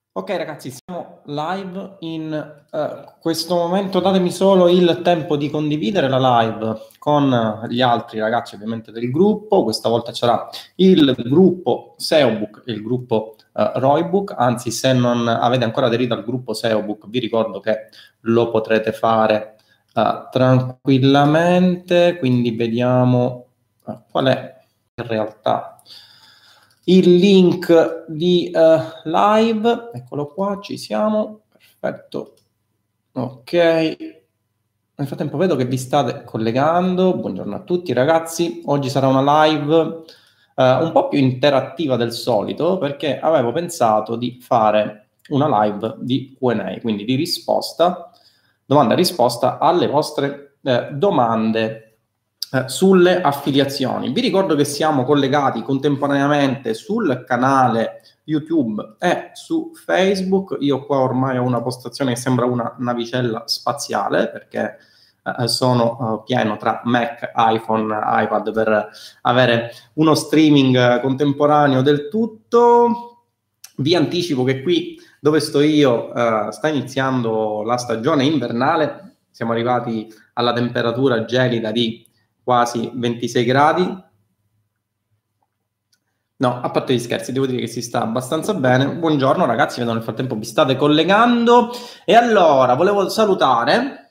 Ok ragazzi, siamo live in questo momento. Datemi solo il tempo di condividere la live con gli altri ragazzi ovviamente del gruppo. Questa volta c'era il gruppo SEObook e il gruppo Roybook. Anzi, se non avete ancora aderito al gruppo SEObook, vi ricordo che lo potrete fare tranquillamente. Quindi vediamo qual è in realtà il link di live. Eccolo qua, ci siamo, perfetto. Ok, nel frattempo vedo che vi state collegando. Buongiorno a tutti ragazzi, oggi sarà una live un po' più interattiva del solito, perché avevo pensato di fare una live di Q&A, quindi di risposta, domanda e risposta alle vostre domande sulle affiliazioni. Vi ricordo che siamo collegati contemporaneamente sul canale YouTube e su Facebook. Io qua ormai ho una postazione che sembra una navicella spaziale, perché sono pieno tra Mac, iPhone, iPad per avere uno streaming contemporaneo del tutto. Vi anticipo che qui dove sto io sta iniziando la stagione invernale. Siamo arrivati alla temperatura gelida di quasi 26 gradi. No, a parte gli scherzi, devo dire che si sta abbastanza bene. Buongiorno ragazzi, vedo nel frattempo vi state collegando. E allora, volevo salutare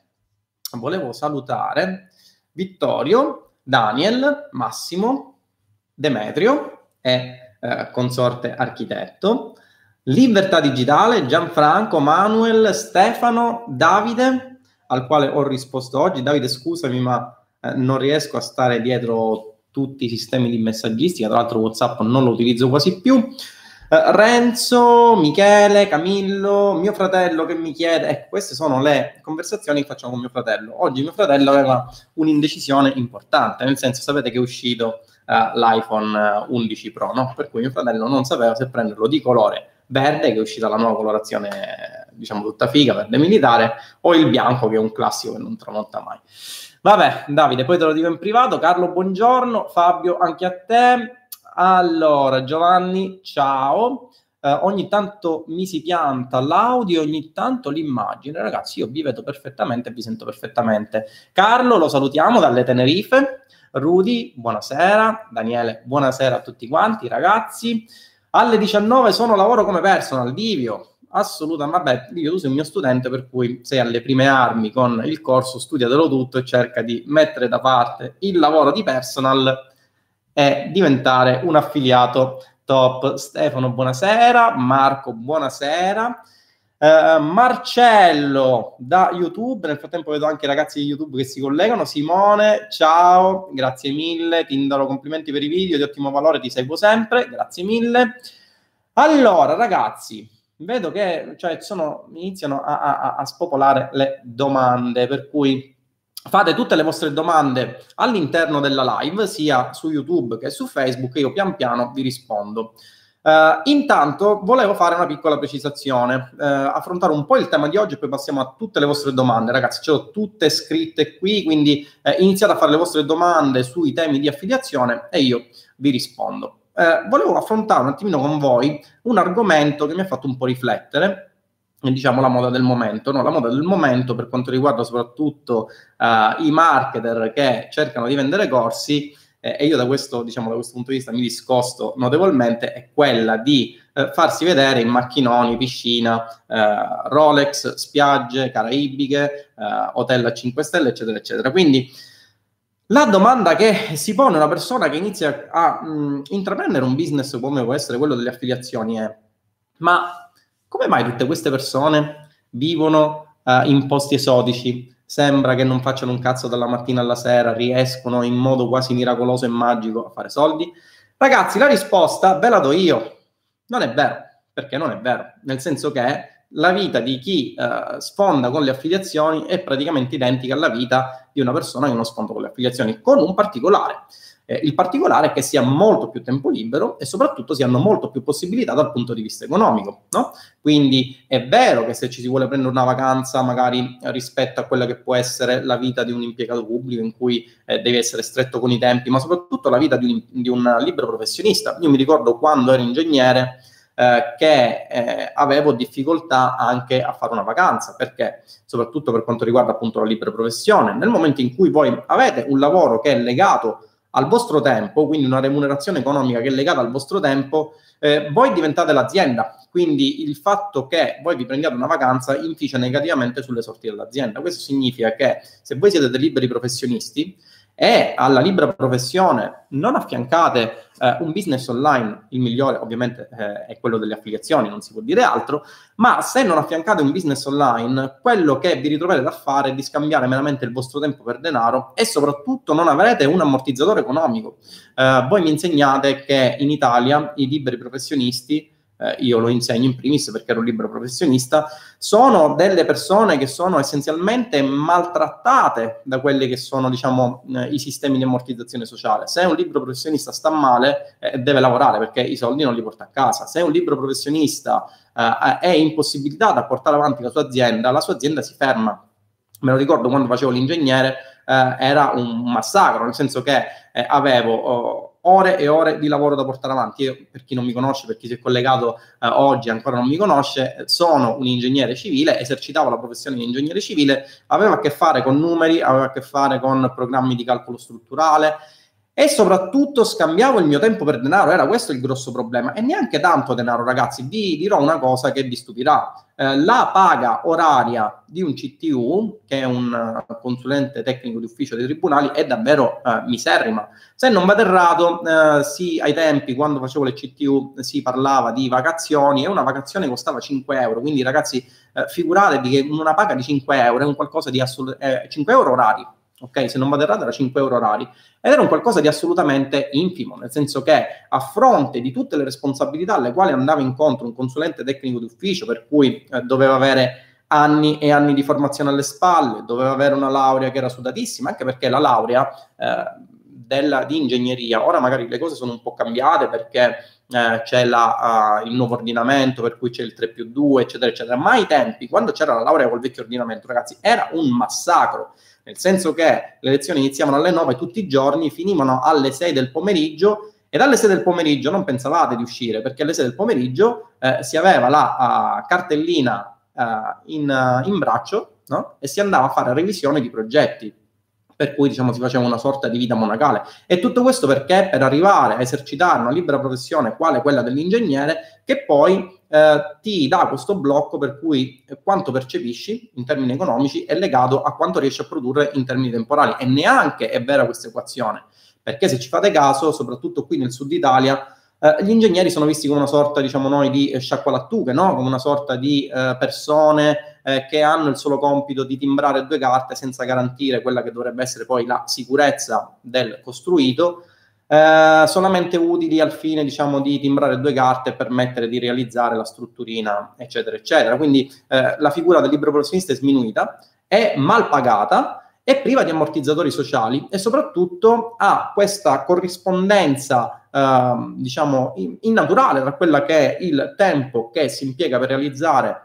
Vittorio, Daniel, Massimo, Demetrio e consorte architetto, Libertà Digitale, Gianfranco, Manuel, Stefano, Davide, al quale ho risposto oggi. Davide, scusami, ma non riesco a stare dietro tutti i sistemi di messaggistica, tra l'altro WhatsApp non lo utilizzo quasi più. Renzo, Michele, Camillo, mio fratello che mi chiede, queste sono le conversazioni che facciamo con mio fratello. Oggi mio fratello aveva un'indecisione importante, nel senso, sapete che è uscito l'iPhone 11 Pro, no? Per cui mio fratello non sapeva se prenderlo di colore verde, che è uscita la nuova colorazione, diciamo tutta figa, verde militare, o il bianco, che è un classico che non tramonta mai. Vabbè, Davide, poi te lo dico in privato. Carlo, buongiorno. Fabio, anche a te. Allora, Giovanni, ciao. Ogni tanto mi si pianta l'audio, ogni tanto l'immagine. Ragazzi, io vi vedo perfettamente e vi sento perfettamente. Carlo, lo salutiamo dalle Tenerife. Rudy, buonasera. Daniele, buonasera a tutti quanti, ragazzi. Alle 19 sono lavoro come personal. Livio, assolutamente. Vabbè, Livio, tu sei un mio studente, per cui sei alle prime armi con il corso, studiatelo tutto e cerca di mettere da parte il lavoro di personal e diventare un affiliato top. Stefano, buonasera. Marco, buonasera. Marcello da YouTube, nel frattempo vedo anche i ragazzi di YouTube che si collegano. Simone, ciao, grazie mille. Tindaro, complimenti per i video di ottimo valore, ti seguo sempre, grazie mille. Allora ragazzi, vedo che iniziano a spopolare le domande, per cui fate tutte le vostre domande all'interno della live, sia su YouTube che su Facebook, e io pian piano vi rispondo. Intanto volevo fare una piccola precisazione, affrontare un po' il tema di oggi e poi passiamo a tutte le vostre domande. Ragazzi, ce l'ho tutte scritte qui, quindi iniziate a fare le vostre domande sui temi di affiliazione e io vi rispondo. Volevo affrontare un attimino con voi un argomento che mi ha fatto un po' riflettere, diciamo la moda del momento, no? La moda del momento per quanto riguarda soprattutto i marketer che cercano di vendere corsi, e io da questo punto di vista mi discosto notevolmente, è quella di farsi vedere in macchinoni, piscina, Rolex, spiagge caraibiche, hotel a 5 stelle, eccetera, eccetera. Quindi la domanda che si pone una persona che inizia a intraprendere un business come può essere quello delle affiliazioni è: ma come mai tutte queste persone vivono in posti esotici? Sembra che non facciano un cazzo dalla mattina alla sera, riescono in modo quasi miracoloso e magico a fare soldi? Ragazzi, la risposta ve la do io. Non è vero, perché non è vero, nel senso che la vita di chi sfonda con le affiliazioni è praticamente identica alla vita di una persona che non sfonda con le affiliazioni, con un particolare. Il particolare è che si ha molto più tempo libero e soprattutto si hanno molto più possibilità dal punto di vista economico, no? Quindi è vero che se ci si vuole prendere una vacanza magari rispetto a quella che può essere la vita di un impiegato pubblico in cui devi essere stretto con i tempi, ma soprattutto la vita di un libero professionista. Io mi ricordo quando ero ingegnere, che avevo difficoltà anche a fare una vacanza, perché soprattutto per quanto riguarda appunto la libera professione, nel momento in cui voi avete un lavoro che è legato al vostro tempo, quindi una remunerazione economica che è legata al vostro tempo, voi diventate l'azienda, quindi il fatto che voi vi prendiate una vacanza inficia negativamente sulle sorti dell'azienda. Questo significa che se voi siete dei liberi professionisti e alla libera professione non affiancate un business online, il migliore ovviamente è quello delle affiliazioni, non si può dire altro, ma se non affiancate un business online, quello che vi ritrovate da fare è di scambiare meramente il vostro tempo per denaro e soprattutto non avrete un ammortizzatore economico. Voi mi insegnate che in Italia i liberi professionisti, io lo insegno in primis perché ero libero professionista, sono delle persone che sono essenzialmente maltrattate da quelli che sono, diciamo, i sistemi di ammortizzazione sociale. Se un libero professionista sta male, deve lavorare perché i soldi non li porta a casa. Se un libero professionista è impossibilitato a portare avanti la sua azienda si ferma. Me lo ricordo quando facevo l'ingegnere, era un massacro, nel senso che avevo ore e ore di lavoro da portare avanti. Io, per chi non mi conosce, per chi si è collegato oggi e ancora non mi conosce, sono un ingegnere civile, esercitavo la professione di ingegnere civile, avevo a che fare con numeri, avevo a che fare con programmi di calcolo strutturale e soprattutto scambiavo il mio tempo per denaro. Era questo il grosso problema, e neanche tanto denaro, ragazzi. Vi dirò una cosa che vi stupirà. La paga oraria di un CTU, che è un consulente tecnico di ufficio dei tribunali, è davvero miserrima. Se non vado errato, sì, ai tempi quando facevo le CTU si parlava di vacazioni e una vacazione costava 5 euro, quindi ragazzi figuratevi che una paga di 5 euro è un qualcosa di 5 euro orari. Ok, se non vado errato era 5 euro orari, ed era un qualcosa di assolutamente infimo, nel senso che a fronte di tutte le responsabilità alle quali andava incontro un consulente tecnico d'ufficio, per cui doveva avere anni e anni di formazione alle spalle, doveva avere una laurea che era sudatissima, anche perché la laurea di ingegneria, ora magari le cose sono un po' cambiate perché c'è il nuovo ordinamento, per cui c'è il 3+2, eccetera, eccetera, ma ai tempi, quando c'era la laurea col vecchio ordinamento, ragazzi, era un massacro. Nel senso che le lezioni iniziavano alle 9 tutti i giorni, finivano alle 6 del pomeriggio, e dalle 6 del pomeriggio non pensavate di uscire, perché alle 6 del pomeriggio si aveva la cartellina in braccio, no? E si andava a fare revisione di progetti, per cui diciamo si faceva una sorta di vita monacale. E tutto questo perché? Per arrivare a esercitare una libera professione quale quella dell'ingegnere, che poi ti dà questo blocco per cui quanto percepisci in termini economici è legato a quanto riesci a produrre in termini temporali. E neanche è vera questa equazione, perché se ci fate caso, soprattutto qui nel sud Italia, gli ingegneri sono visti come una sorta, diciamo noi, di sciacqualattughe, no? Come una sorta di persone che hanno il solo compito di timbrare 2 carte senza garantire quella che dovrebbe essere poi la sicurezza del costruito, solamente utili al fine, diciamo, di timbrare 2 carte e permettere di realizzare la strutturina, eccetera, eccetera. Quindi la figura del libero professionista è sminuita, è mal pagata, è priva di ammortizzatori sociali e soprattutto ha questa corrispondenza, diciamo, innaturale tra quella che è il tempo che si impiega per realizzare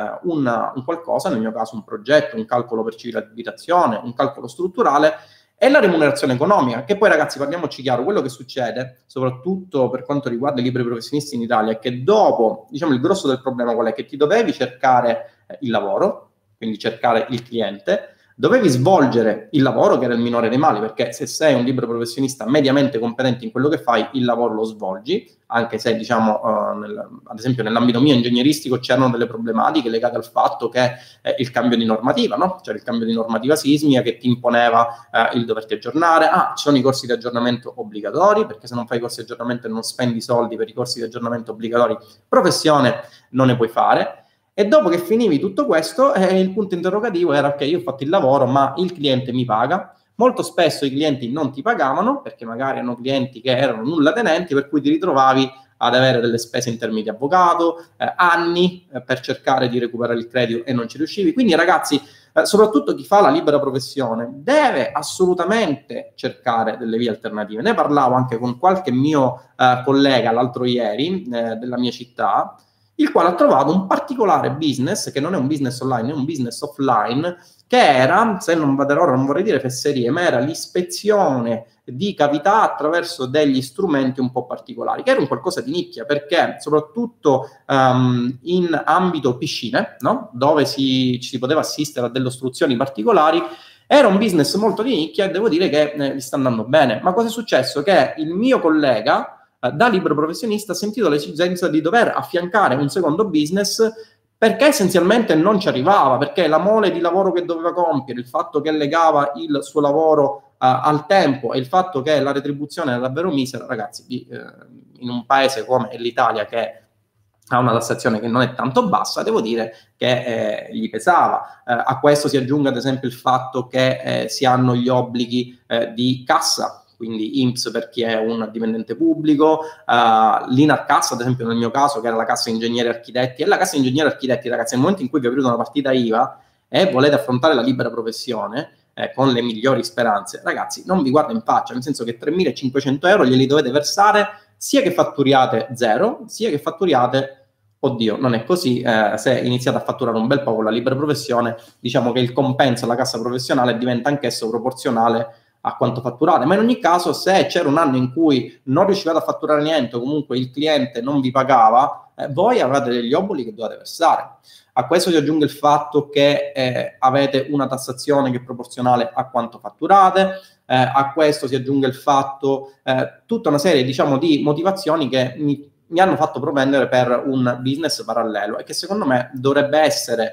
un qualcosa, nel mio caso un progetto, un calcolo per civile abitazione, un calcolo strutturale, e la remunerazione economica, che poi, ragazzi, parliamoci chiaro, quello che succede, soprattutto per quanto riguarda i liberi professionisti in Italia, è che dopo, diciamo, il grosso del problema qual è? Che ti dovevi cercare il lavoro, quindi cercare il cliente, dovevi svolgere il lavoro, che era il minore dei mali, perché se sei un libero professionista mediamente competente in quello che fai, il lavoro lo svolgi, anche se, diciamo, ad esempio nell'ambito mio ingegneristico c'erano delle problematiche legate al fatto che il cambio di normativa, no? C'era il cambio di normativa sismica che ti imponeva il doverti aggiornare. Ci sono i corsi di aggiornamento obbligatori, perché se non fai i corsi di aggiornamento e non spendi soldi per i corsi di aggiornamento obbligatori, professione non ne puoi fare. E dopo che finivi tutto questo, il punto interrogativo era: ok, io ho fatto il lavoro, ma il cliente mi paga? Molto spesso i clienti non ti pagavano, perché magari erano clienti che erano nulla tenenti, per cui ti ritrovavi ad avere delle spese in termini di avvocato, anni per cercare di recuperare il credito e non ci riuscivi. Quindi, ragazzi, soprattutto chi fa la libera professione deve assolutamente cercare delle vie alternative. Ne parlavo anche con qualche mio collega l'altro ieri della mia città, il quale ha trovato un particolare business, che non è un business online, è un business offline, che era, se non vado errore, non vorrei dire fesserie, ma era l'ispezione di cavità attraverso degli strumenti un po' particolari, che era un qualcosa di nicchia, perché soprattutto in ambito piscine, no? Dove ci si poteva assistere a delle ostruzioni particolari, era un business molto di nicchia e devo dire che gli sta andando bene. Ma cosa è successo? Che il mio collega, da libero professionista, ha sentito l'esigenza di dover affiancare un secondo business perché essenzialmente non ci arrivava, perché la mole di lavoro che doveva compiere, il fatto che legava il suo lavoro al tempo e il fatto che la retribuzione era davvero misera, ragazzi, in un paese come l'Italia, che ha una tassazione che non è tanto bassa, devo dire che gli pesava. A questo si aggiunge ad esempio il fatto che si hanno gli obblighi di cassa, quindi INPS per chi è un dipendente pubblico, l'INAR-Cassa, ad esempio nel mio caso, che era la Cassa Ingegneri Architetti, e la Cassa Ingegneri Architetti, ragazzi, nel momento in cui vi aprite una partita IVA e volete affrontare la libera professione, con le migliori speranze, ragazzi, non vi guarda in faccia, nel senso che 3.500 euro glieli dovete versare sia che fatturiate zero, sia che fatturiate, oddio, non è così, se iniziate a fatturare un bel po' con la libera professione, diciamo che il compenso alla cassa professionale diventa anch'esso proporzionale a quanto fatturate, ma in ogni caso se c'era un anno in cui non riuscivate a fatturare niente o comunque il cliente non vi pagava, voi avete degli obblighi che dovete versare. A questo si aggiunge il fatto che avete una tassazione che è proporzionale a quanto fatturate, a questo si aggiunge il fatto, tutta una serie, diciamo, di motivazioni che mi hanno fatto propendere per un business parallelo e che secondo me dovrebbe essere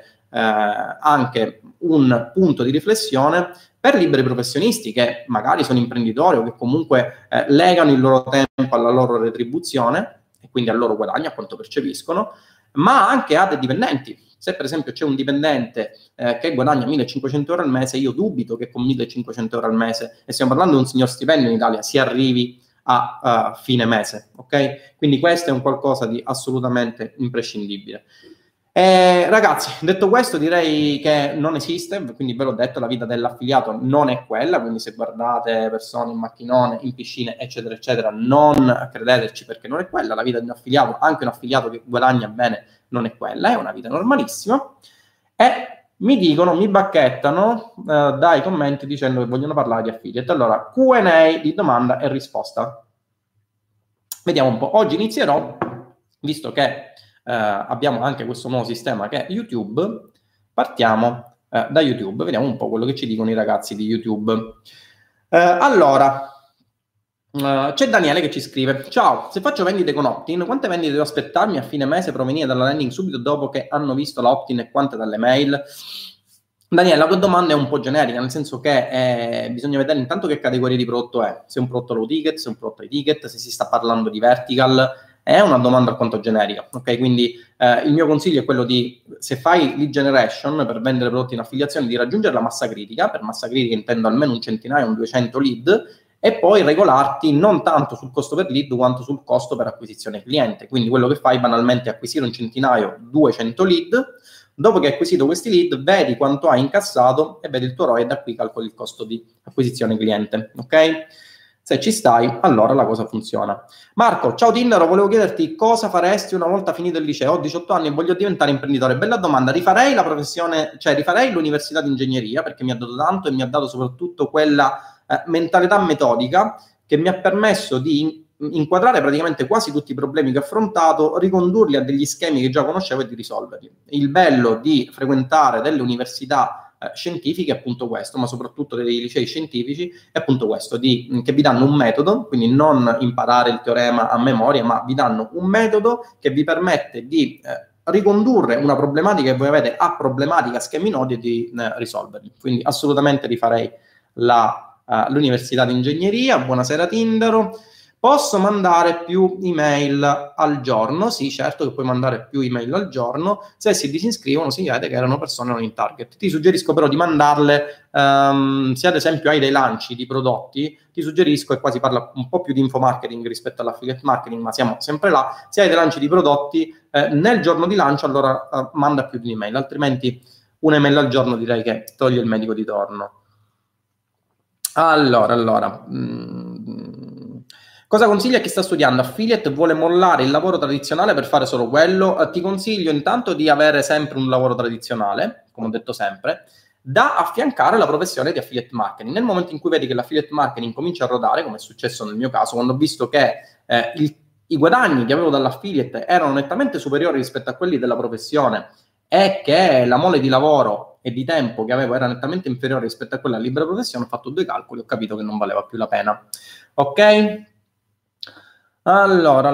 anche un punto di riflessione per liberi professionisti che magari sono imprenditori o che comunque legano il loro tempo alla loro retribuzione e quindi al loro guadagno, a quanto percepiscono, ma anche a dei dipendenti. Se per esempio c'è un dipendente che guadagna 1.500 euro al mese, io dubito che con 1.500 euro al mese, e stiamo parlando di un signor stipendio in Italia, si arrivi a fine mese, ok? Quindi questo è un qualcosa di assolutamente imprescindibile. Ragazzi, detto questo, direi che non esiste, quindi ve l'ho detto, la vita dell'affiliato non è quella, quindi se guardate persone in macchinone, in piscine, eccetera, eccetera, non credeteci perché non è quella, la vita di un affiliato, anche un affiliato che guadagna bene, non è quella, è una vita normalissima. E mi dicono, mi bacchettano dai commenti dicendo che vogliono parlare di affiliate. Allora, Q&A di domanda e risposta. Vediamo un po'. Oggi inizierò, visto che abbiamo anche questo nuovo sistema che è YouTube, partiamo da YouTube, vediamo un po' quello che ci dicono i ragazzi di YouTube. Allora, c'è Daniele che ci scrive: ciao, se faccio vendite con opt-in, quante vendite devo aspettarmi a fine mese provenire dalla landing subito dopo che hanno visto la opt-in e quante dalle mail? Daniele, la tua domanda è un po' generica, nel senso che bisogna vedere intanto che categoria di prodotto è, se è un prodotto low ticket, se è un prodotto high ticket, se si sta parlando di vertical, è una domanda alquanto generica, ok? Quindi il mio consiglio è quello di, se fai lead generation per vendere prodotti in affiliazione, di raggiungere la massa critica, per massa critica intendo almeno un centinaio, un 200 lead, e poi regolarti non tanto sul costo per lead quanto sul costo per acquisizione cliente. Quindi quello che fai banalmente è acquisire un centinaio, 200 lead, dopo che hai acquisito questi lead, vedi quanto hai incassato e vedi il tuo ROI e da qui calcoli il costo di acquisizione cliente, ok? Se ci stai, allora la cosa funziona. Marco, ciao Tindaro, volevo chiederti cosa faresti una volta finito il liceo? Ho 18 anni e voglio diventare imprenditore. Bella domanda, rifarei la professione, cioè rifarei l'università di ingegneria perché mi ha dato tanto e mi ha dato soprattutto quella mentalità metodica che mi ha permesso di inquadrare praticamente quasi tutti i problemi che ho affrontato, ricondurli a degli schemi che già conoscevo e di risolverli. Il bello di frequentare delle università scientifiche è appunto questo, ma soprattutto dei licei scientifici è appunto questo, che vi danno un metodo, quindi non imparare il teorema a memoria, ma vi danno un metodo che vi permette di ricondurre una problematica che voi avete a problematica, schemi nodi e di risolverli. Quindi assolutamente rifarei l'università di ingegneria. Buonasera Tindaro. Posso mandare più email al giorno? Sì, certo che puoi mandare più email al giorno. Se si disinscrivono si vede che erano persone non in target. Ti suggerisco però di mandarle, se ad esempio hai dei lanci di prodotti, ti suggerisco, e qua si parla un po' più di infomarketing rispetto all'affiliate marketing, ma siamo sempre là, se hai dei lanci di prodotti, nel giorno di lancio allora manda più di un'email, altrimenti un'email al giorno direi che toglie il medico di torno. Allora. Cosa consiglia a chi sta studiando affiliate e vuole mollare il lavoro tradizionale per fare solo quello? Ti consiglio intanto di avere sempre un lavoro tradizionale, come ho detto sempre, da affiancare alla professione di affiliate marketing. Nel momento in cui vedi che l'affiliate marketing comincia a rodare, come è successo nel mio caso, quando ho visto che i guadagni che avevo dall'affiliate erano nettamente superiori rispetto a quelli della professione e che la mole di lavoro e di tempo che avevo era nettamente inferiore rispetto a quella della libera professione, ho fatto 2 calcoli, ho capito che non valeva più la pena. Ok? Allora,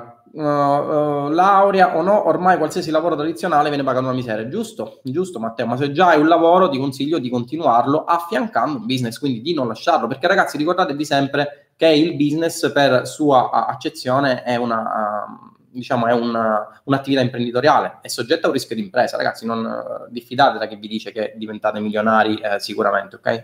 laurea o no, ormai qualsiasi lavoro tradizionale viene pagato una miseria, giusto? Giusto, Matteo, ma se già hai un lavoro ti consiglio di continuarlo affiancando un business, quindi di non lasciarlo, perché ragazzi ricordatevi sempre che il business per sua accezione è un'attività imprenditoriale, è soggetta a un rischio di impresa, ragazzi, non diffidate da chi vi dice che diventate milionari sicuramente, ok?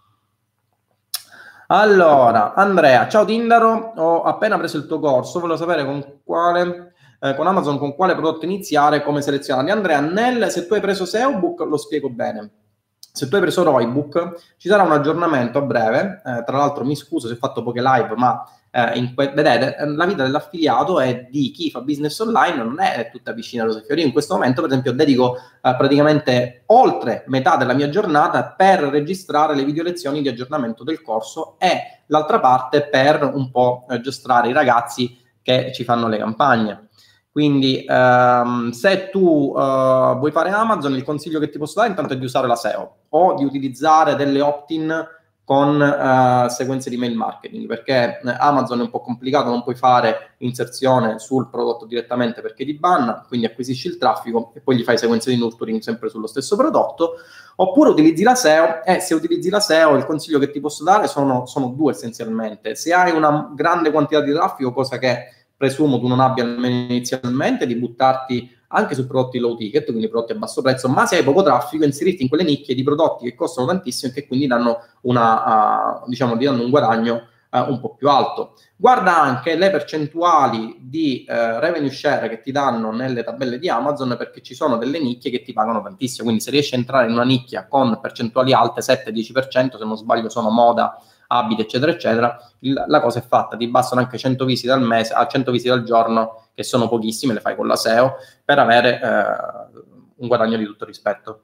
Allora, Andrea, ciao Tindaro, ho appena preso il tuo corso, volevo sapere con Amazon con quale prodotto iniziare, come selezionarli. Andrea, se tu hai preso SEObook lo spiego bene. Se tu hai preso Roybook ci sarà un aggiornamento a breve, tra l'altro mi scuso se ho fatto poche live, ma vedete, la vita dell'affiliato e di chi fa business online non è tutta vicina a rose e fiori. In questo momento, per esempio, dedico praticamente oltre metà della mia giornata per registrare le video lezioni di aggiornamento del corso e l'altra parte per un po' giostrare i ragazzi che ci fanno le campagne. Quindi se tu vuoi fare Amazon, il consiglio che ti posso dare intanto è di usare la SEO o di utilizzare delle opt-in con sequenze di mail marketing, perché Amazon è un po' complicato, non puoi fare inserzione sul prodotto direttamente perché ti banna, quindi acquisisci il traffico e poi gli fai sequenze di nurturing sempre sullo stesso prodotto, oppure utilizzi la SEO e se utilizzi la SEO il consiglio che ti posso dare sono 2 essenzialmente. Se hai una grande quantità di traffico, cosa che presumo tu non abbia almeno inizialmente, di buttarti anche su prodotti low ticket, quindi prodotti a basso prezzo, ma se hai poco traffico inserirti in quelle nicchie di prodotti che costano tantissimo e che quindi danno ti danno un guadagno un po' più alto. Guarda anche le percentuali di revenue share che ti danno nelle tabelle di Amazon, perché ci sono delle nicchie che ti pagano tantissimo, quindi se riesci a entrare in una nicchia con percentuali alte, 7-10%, se non sbaglio sono moda, abiti, eccetera, eccetera, la cosa è fatta, ti bastano anche 100 visite al mese, a 100 visite al giorno, che sono pochissime, le fai con la SEO, per avere un guadagno di tutto rispetto.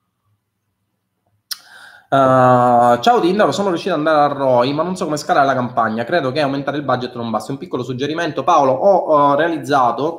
Ciao Tindaro, sono riuscito ad andare a ROI, ma non so come scalare la campagna, credo che aumentare il budget non basti. Un piccolo suggerimento, Paolo, ho realizzato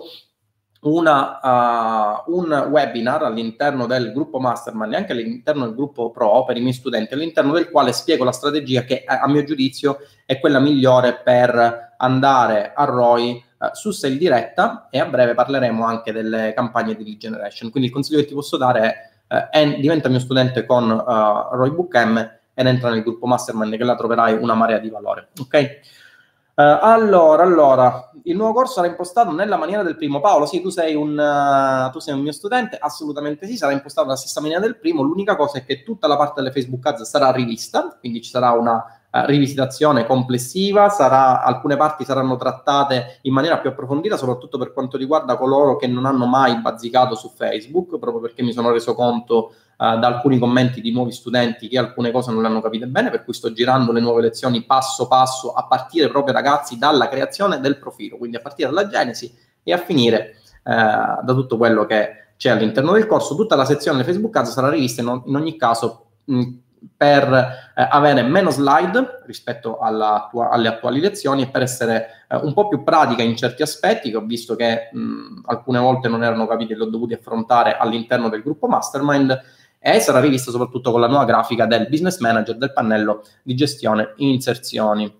un webinar all'interno del gruppo Mastermind e anche all'interno del gruppo Pro per i miei studenti, all'interno del quale spiego la strategia che a mio giudizio è quella migliore per andare a ROI su sale diretta, e a breve parleremo anche delle campagne di lead generation. Quindi il consiglio che ti posso dare è diventa mio studente con Roybook M ed entra nel gruppo Mastermind, che là troverai una marea di valore, ok? Allora, il nuovo corso sarà impostato nella maniera del primo. Paolo, sì, tu sei un mio studente, assolutamente sì, sarà impostato nella stessa maniera del primo. L'unica cosa è che tutta la parte delle Facebook Ads sarà rivista, quindi ci sarà una rivisitazione complessiva, alcune parti saranno trattate in maniera più approfondita, soprattutto per quanto riguarda coloro che non hanno mai bazzicato su Facebook, proprio perché mi sono reso conto da alcuni commenti di nuovi studenti che alcune cose non le hanno capite bene, per cui sto girando le nuove lezioni passo passo, a partire proprio, ragazzi, dalla creazione del profilo, quindi a partire dalla genesi e a finire da tutto quello che c'è all'interno del corso. Tutta la sezione delle Facebook Ads sarà rivista in ogni caso per avere meno slide rispetto alle attuali lezioni e per essere un po' più pratica in certi aspetti che ho visto che alcune volte non erano capiti e li ho dovuti affrontare all'interno del gruppo Mastermind, e sarà rivista soprattutto con la nuova grafica del Business Manager, del pannello di gestione inserzioni.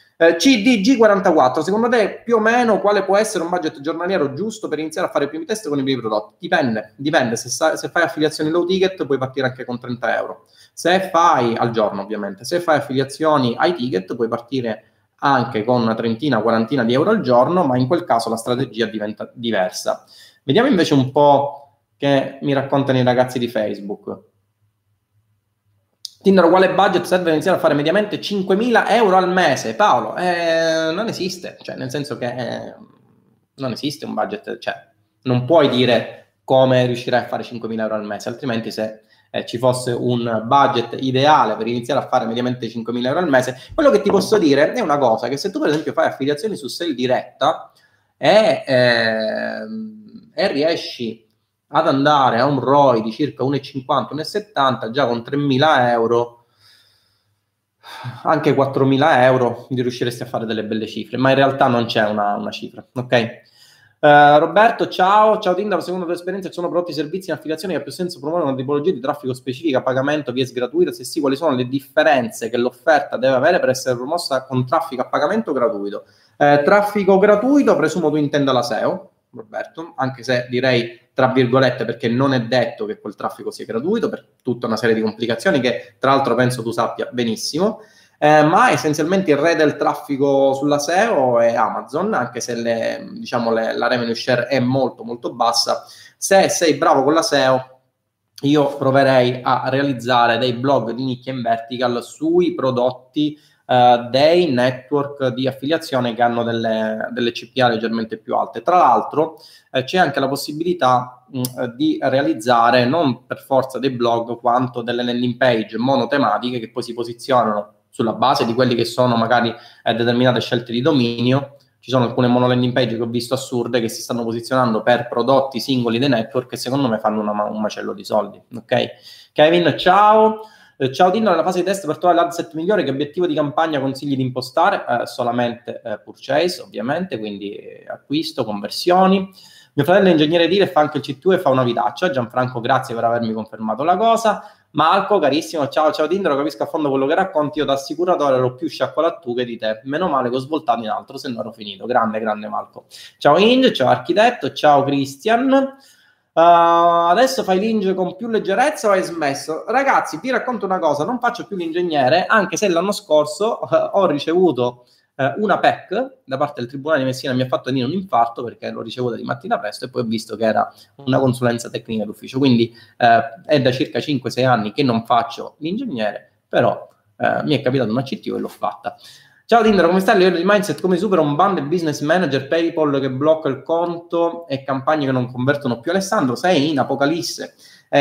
CDG44, secondo te più o meno quale può essere un budget giornaliero giusto per iniziare a fare i primi test con i primi prodotti? Dipende. Se fai affiliazioni low ticket puoi partire anche con 30 euro. Se fai al giorno, ovviamente, se fai affiliazioni high ticket puoi partire anche con una trentina, quarantina di euro al giorno, ma in quel caso la strategia diventa diversa. Vediamo invece un po' che mi raccontano i ragazzi di Facebook. Tindaro, quale budget serve per iniziare a fare mediamente 5.000 euro al mese? Paolo, non esiste, cioè nel senso che non esiste un budget, cioè non puoi dire come riuscirai a fare 5.000 euro al mese, altrimenti se ci fosse un budget ideale per iniziare a fare mediamente 5.000 euro al mese. Quello che ti posso dire è una cosa, che se tu per esempio fai affiliazioni su sale diretta e riesci ad andare a un ROI di circa 1,50, 1,70, già con 3.000 euro, anche 4.000 euro, riusciresti a fare delle belle cifre, ma in realtà non c'è una cifra, ok? Roberto, ciao Tindaro, secondo la tua esperienza ci sono prodotti e servizi in affiliazione che ha più senso promuovere una tipologia di traffico specifica a pagamento via gratuita? Se sì, quali sono le differenze che l'offerta deve avere per essere promossa con traffico a pagamento gratuito? Traffico gratuito, presumo tu intenda la SEO, Roberto, anche se direi tra virgolette, perché non è detto che quel traffico sia gratuito per tutta una serie di complicazioni che tra l'altro penso tu sappia benissimo. Ma essenzialmente il re del traffico sulla SEO è Amazon, anche se la revenue share è molto molto bassa. Se sei bravo con la SEO, io proverei a realizzare dei blog di nicchia in vertical sui prodotti dei network di affiliazione che hanno delle CPA leggermente più alte. Tra l'altro c'è anche la possibilità di realizzare non per forza dei blog quanto delle landing page monotematiche che poi si posizionano sulla base di quelli che sono magari determinate scelte di dominio. Ci sono alcune monolanding page che ho visto assurde che si stanno posizionando per prodotti singoli dei network che secondo me fanno un macello di soldi, ok? Kevin, ciao! Ciao Dino, nella fase di test per trovare l'adset migliore, che obiettivo di campagna consigli di impostare? Solamente purchase, ovviamente, quindi acquisto, conversioni. Mio fratello è ingegnere edile e fa anche il CTU e fa una vitaccia. Gianfranco, grazie per avermi confermato la cosa. Marco, carissimo, ciao Tindaro, capisco a fondo quello che racconti, io da assicuratore ero più sciacqualattughe di te, meno male che ho svoltato in altro, se no ero finito. Grande Marco. Ciao Inge, ciao Architetto, ciao Christian. Adesso fai l'inge con più leggerezza o hai smesso? Ragazzi, vi racconto una cosa, non faccio più l'ingegnere, anche se l'anno scorso ho ricevuto una PEC da parte del Tribunale di Messina, mi ha fatto venire un infarto perché l'ho ricevuta di mattina presto e poi ho visto che era una consulenza tecnica d'ufficio, quindi è da circa 5-6 anni che non faccio l'ingegnere, però mi è capitato una CTO e l'ho fatta. Ciao Tindaro, come stai? A livello di mindset, come supera un band business manager, PayPal che blocca il conto e campagne che non convertono più? Alessandro, sei in apocalisse.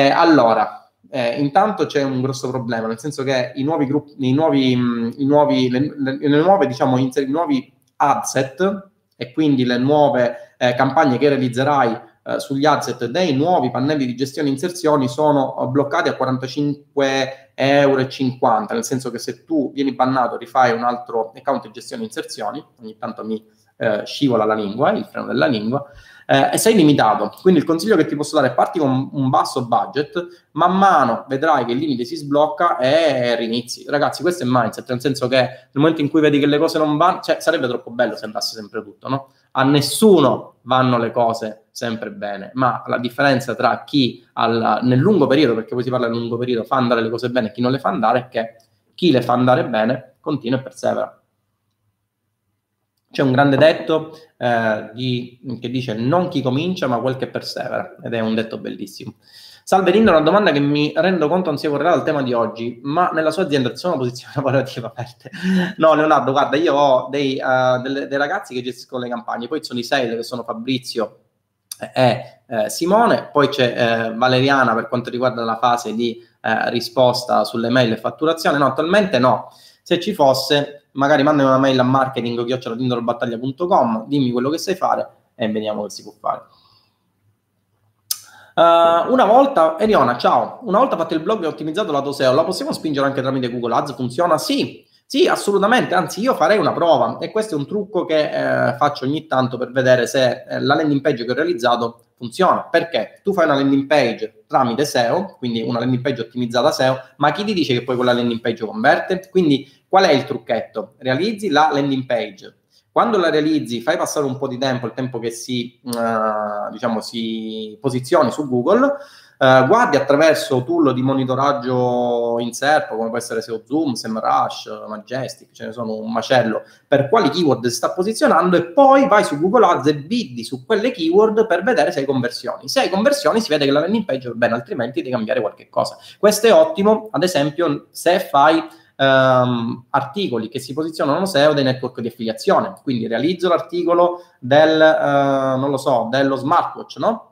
Intanto c'è un grosso problema, nel senso che i nuovi gruppi, i nuovi adset e quindi le nuove campagne che realizzerai sugli adset dei nuovi pannelli di gestione inserzioni sono bloccati a 45,50 €, nel senso che se tu vieni bannato rifai un altro account di gestione inserzioni, ogni tanto mi scivola la lingua, il freno della lingua, e sei limitato. Quindi il consiglio che ti posso dare è parti con un basso budget, man mano vedrai che il limite si sblocca e rinizi. Ragazzi, questo è mindset, nel senso che nel momento in cui vedi che le cose non vanno, cioè sarebbe troppo bello se andasse sempre tutto, no? A nessuno vanno le cose sempre bene, ma la differenza tra chi nel lungo periodo, perché poi si parla del lungo periodo, fa andare le cose bene e chi non le fa andare, è che chi le fa andare bene continua e persevera. C'è un grande detto che dice non chi comincia ma quel che persevera, ed è un detto bellissimo. Salve Lindo, una domanda che mi rendo conto non sia correlata al tema di oggi, ma nella sua azienda ci sono posizioni lavorative aperte? No Leonardo, guarda, io ho dei ragazzi che gestiscono le campagne, poi ci sono i sales che sono Fabrizio e Simone, poi c'è Valeriana per quanto riguarda la fase di risposta sulle mail e fatturazione. No, attualmente no. Se ci fosse, magari mandami una mail a marketing@tindorobattaglia.com, dimmi quello che sai fare e vediamo che si può fare. Una volta, Eliona, ciao, una volta fatto il blog e ottimizzato lato SEO, la possiamo spingere anche tramite Google Ads? Funziona? Sì, assolutamente, anzi io farei una prova e questo è un trucco che faccio ogni tanto per vedere se la landing page che ho realizzato funziona, perché tu fai una landing page tramite SEO, quindi una landing page ottimizzata SEO, ma chi ti dice che poi quella landing page converte? Quindi qual è il trucchetto? Realizzi la landing page. Quando la realizzi, fai passare un po' di tempo, il tempo che si posizioni su Google, guardi attraverso tool di monitoraggio in SERP, come può essere SEO Zoom, SEMrush, Majestic, ce ne sono un macello, per quali keyword si sta posizionando e poi vai su Google Ads e biddi su quelle keyword per vedere se hai conversioni. Se hai conversioni si vede che la landing page va bene, altrimenti devi cambiare qualche cosa. Questo è ottimo, ad esempio, se fai articoli che si posizionano SEO dei network di affiliazione, quindi realizzo l'articolo dello smartwatch, no?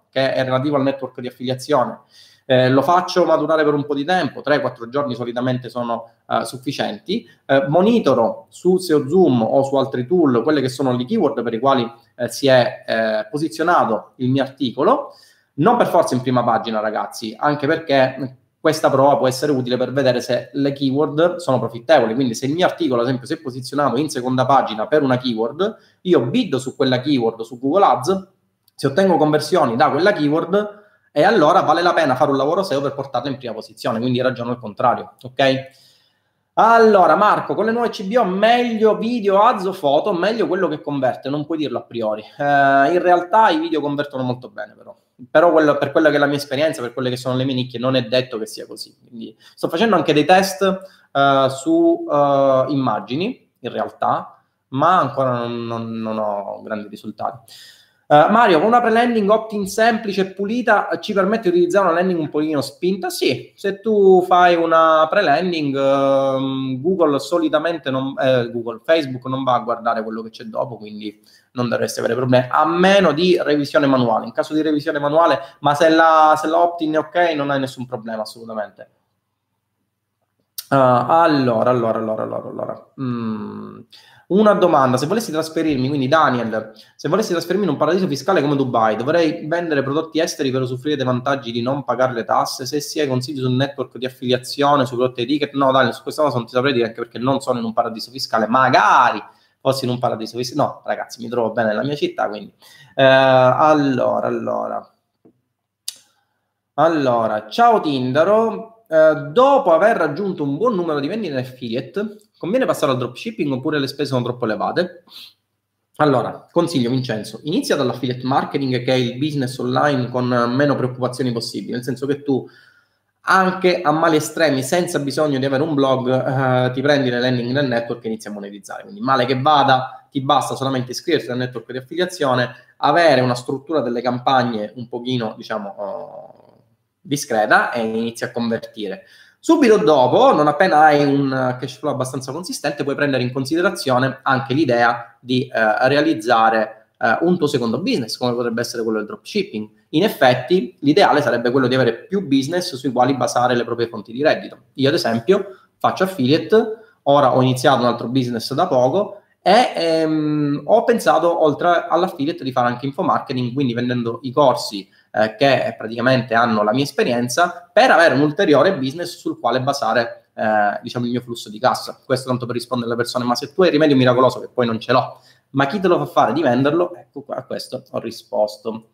che è relativo al network di affiliazione. Lo faccio maturare per un po' di tempo, 3-4 giorni solitamente sono sufficienti. Monitoro su SEO Zoom o su altri tool quelle che sono le keyword per i quali si è posizionato il mio articolo, non per forza in prima pagina, ragazzi, anche perché questa prova può essere utile per vedere se le keyword sono profittevoli. Quindi se il mio articolo, ad esempio, si è posizionato in seconda pagina per una keyword, io biddo su quella keyword su Google Ads, se ottengo conversioni da quella keyword, e allora vale la pena fare un lavoro SEO per portarla in prima posizione, quindi ragiono al contrario, ok? Allora, Marco, con le nuove CBO meglio video, ads o foto? Meglio quello che converte, non puoi dirlo a priori. In realtà i video convertono molto bene, però per quella che è la mia esperienza, per quelle che sono le mie nicchie, non è detto che sia così. Quindi sto facendo anche dei test su immagini, in realtà, ma ancora non ho grandi risultati. Mario, con una pre-landing opt-in semplice e pulita ci permette di utilizzare una landing un pochino spinta? Sì, se tu fai una pre-landing, Google solitamente Facebook non va a guardare quello che c'è dopo, quindi non dovreste avere problemi, a meno di revisione manuale. In caso di revisione manuale, ma se la opt-in è ok, non hai nessun problema assolutamente. Allora. Una domanda: se volessi trasferirmi, quindi Daniel, se volessi trasferirmi in un paradiso fiscale come Dubai, dovrei vendere prodotti esteri per usufruire dei vantaggi di non pagare le tasse? Se si hai consigli sul network di affiliazione, su prodotti e ticket? No, Daniel, su questa cosa non ti saprei dire, anche perché non sono in un paradiso fiscale. Magari fossi in un paradiso fiscale. No, ragazzi, mi trovo bene nella mia città, quindi. Allora, ciao Tindaro. Dopo aver raggiunto un buon numero di vendite in affiliate, conviene passare al dropshipping oppure le spese sono troppo elevate? Allora, consiglio Vincenzo, inizia dall'affiliate marketing, che è il business online con meno preoccupazioni possibili, nel senso che tu anche a mali estremi, senza bisogno di avere un blog, ti prendi le landing nel network e inizi a monetizzare. Quindi male che vada, ti basta solamente iscriverti al network di affiliazione, avere una struttura delle campagne un pochino, diciamo, discreta e inizi a convertire. Subito dopo, non appena hai un cash flow abbastanza consistente, puoi prendere in considerazione anche l'idea di realizzare un tuo secondo business, come potrebbe essere quello del dropshipping. In effetti, l'ideale sarebbe quello di avere più business sui quali basare le proprie fonti di reddito. Io, ad esempio, faccio affiliate, ora ho iniziato un altro business da poco e ho pensato, oltre all'affiliate, di fare anche infomarketing, quindi vendendo i corsi che praticamente hanno la mia esperienza, per avere un ulteriore business sul quale basare diciamo il mio flusso di cassa. Questo tanto per rispondere alle persone: ma se tu hai il rimedio miracoloso, che poi non ce l'ho, ma chi te lo fa fare di venderlo? Ecco qua, a questo ho risposto.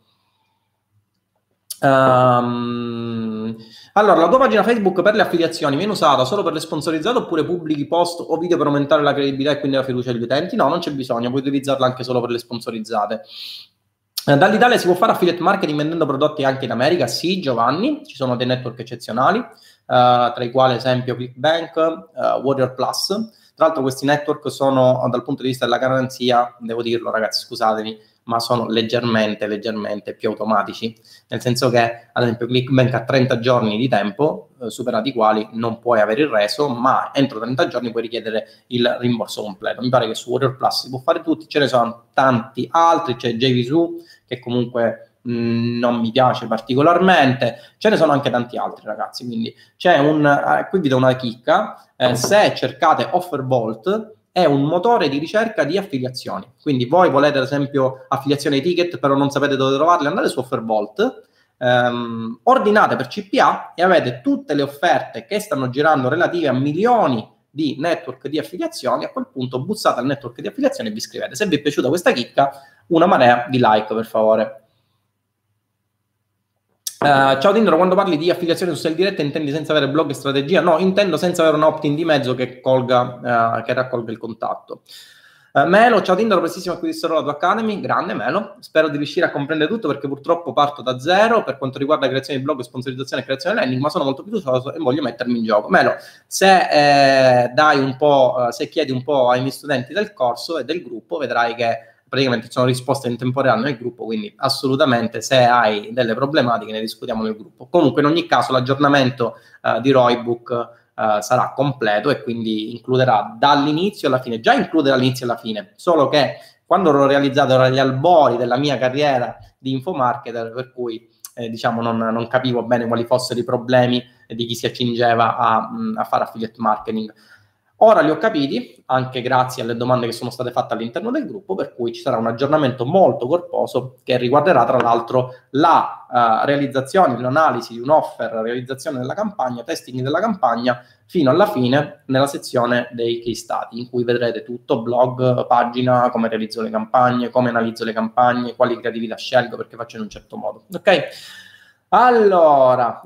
Allora, la tua pagina Facebook per le affiliazioni viene usata solo per le sponsorizzate oppure pubblichi post o video per aumentare la credibilità e quindi la fiducia degli utenti? No, non c'è bisogno, puoi utilizzarla anche solo per le sponsorizzate. Dall'Italia si può fare affiliate marketing vendendo prodotti anche in America? Sì, Giovanni, ci sono dei network eccezionali, tra i quali ad esempio ClickBank, Warrior Plus. Tra l'altro questi network sono, dal punto di vista della garanzia, devo dirlo ragazzi, scusatemi, ma sono leggermente più automatici, nel senso che ad esempio ClickBank ha 30 giorni di tempo, superati i quali non puoi avere il reso, ma entro 30 giorni puoi richiedere il rimborso completo. Mi pare che su Warrior Plus si può fare tutti, ce ne sono tanti altri, c'è JVSU che comunque non mi piace particolarmente, ce ne sono anche tanti altri ragazzi, quindi c'è qui vi do una chicca, se cercate Offerbolt è un motore di ricerca di affiliazioni, quindi voi volete ad esempio affiliazioni ai ticket però non sapete dove trovarle, andate su Offerbolt, ordinate per CPA e avete tutte le offerte che stanno girando relative a milioni di network di affiliazioni. A quel punto bussate al network di affiliazioni e vi iscrivete. Se vi è piaciuta questa chicca, una marea di like per favore. Ciao Tindro, quando parli di affiliazione su sale diretta intendi senza avere blog e strategia? No, intendo senza avere un opt-in di mezzo che raccolga il contatto. Melo, ciao Tindro, prestissimo acquisterò la tua Academy, grande Melo, spero di riuscire a comprendere tutto perché purtroppo parto da zero per quanto riguarda creazione di blog, sponsorizzazione e creazione landing, ma sono molto fiducioso e voglio mettermi in gioco. Melo, se se chiedi un po' ai miei studenti del corso e del gruppo, vedrai che praticamente sono risposte in tempo reale nel gruppo, quindi assolutamente se hai delle problematiche ne discutiamo nel gruppo. Comunque in ogni caso l'aggiornamento di Roybook sarà completo e quindi includerà dall'inizio alla fine, già include dall'inizio alla fine, solo che quando l'ho realizzato era agli albori della mia carriera di infomarketer, per cui diciamo non capivo bene quali fossero i problemi di chi si accingeva a fare affiliate marketing. Ora li ho capiti, anche grazie alle domande che sono state fatte all'interno del gruppo, per cui ci sarà un aggiornamento molto corposo che riguarderà tra l'altro la realizzazione, l'analisi di un'offer, realizzazione della campagna, testing della campagna, fino alla fine nella sezione dei case study, in cui vedrete tutto, blog, pagina, come realizzo le campagne, come analizzo le campagne, quali creatività scelgo perché faccio in un certo modo. Ok? Allora.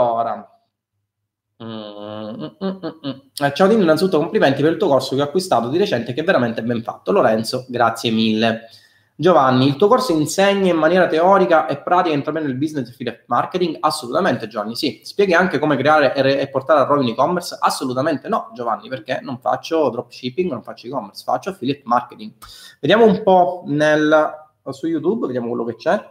Ciao Dino, innanzitutto complimenti per il tuo corso che ho acquistato di recente, che è veramente ben fatto. Lorenzo, grazie mille. Giovanni, il tuo corso insegna in maniera teorica e pratica a intraprendere il business affiliate marketing? Assolutamente, Giovanni, sì. Spieghi anche come creare e portare a ROI in e-commerce? Assolutamente no, Giovanni, perché non faccio dropshipping, non faccio e-commerce, faccio affiliate marketing. Vediamo un po' su YouTube, vediamo quello che c'è.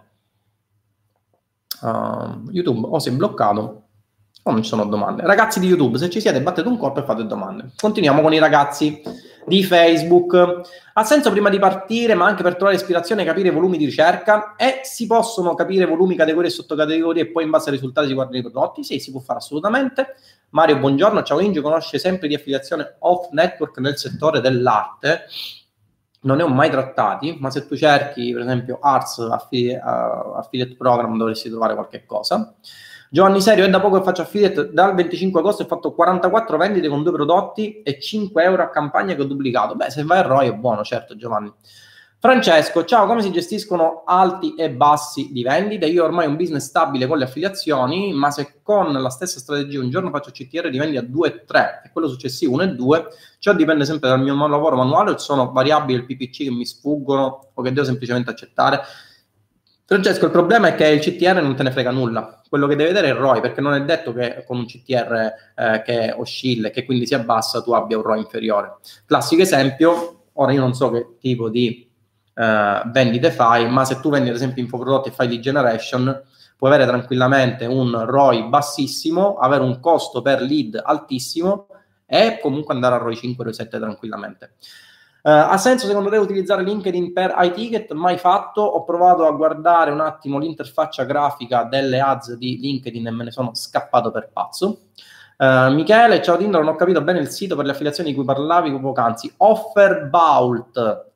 YouTube o si è bloccato o non ci sono domande. Ragazzi di YouTube, se ci siete, battete un colpo e fate domande. Continuiamo con i ragazzi di Facebook. Ha senso prima di partire, ma anche per trovare ispirazione, capire i volumi di ricerca? E si possono capire volumi, categorie e sottocategorie e poi in base ai risultati si guardano i prodotti? Sì, si può fare assolutamente. Mario, buongiorno. Ciao Inge, conosce sempre di affiliazione off network nel settore dell'arte? Non ne ho mai trattati, ma se tu cerchi per esempio Arts Affiliate Program dovresti trovare qualche cosa. Giovanni Serio, è da poco che faccio affiliate, dal 25 agosto ho fatto 44 vendite con 2 prodotti e 5 euro a campagna che ho duplicato. Beh, se vai a ROI è buono, certo Giovanni. Francesco, ciao, come si gestiscono alti e bassi di vendite? Io ormai ho un business stabile con le affiliazioni, ma se con la stessa strategia un giorno faccio CTR di vendita 2 e 3 e quello successivo 1 e 2, ciò dipende sempre dal mio lavoro manuale o sono variabili del PPC che mi sfuggono o che devo semplicemente accettare? Francesco, il problema è che il CTR non te ne frega nulla. Quello che devi vedere è il ROI, perché non è detto che con un CTR che oscilla e che quindi si abbassa tu abbia un ROI inferiore. Classico esempio, ora io non so che tipo di vendite fai, ma se tu vendi ad esempio infoprodotti e fai lead generation, puoi avere tranquillamente un ROI bassissimo, avere un costo per lead altissimo e comunque andare a ROI 5 o 7 tranquillamente. Ha senso secondo te utilizzare LinkedIn per iTicket? Mai fatto. Ho provato a guardare un attimo l'interfaccia grafica delle ads di LinkedIn e me ne sono scappato per pazzo. Michele, ciao Tinder, non ho capito bene il sito per le affiliazioni di cui parlavi poc'anzi. Offervault.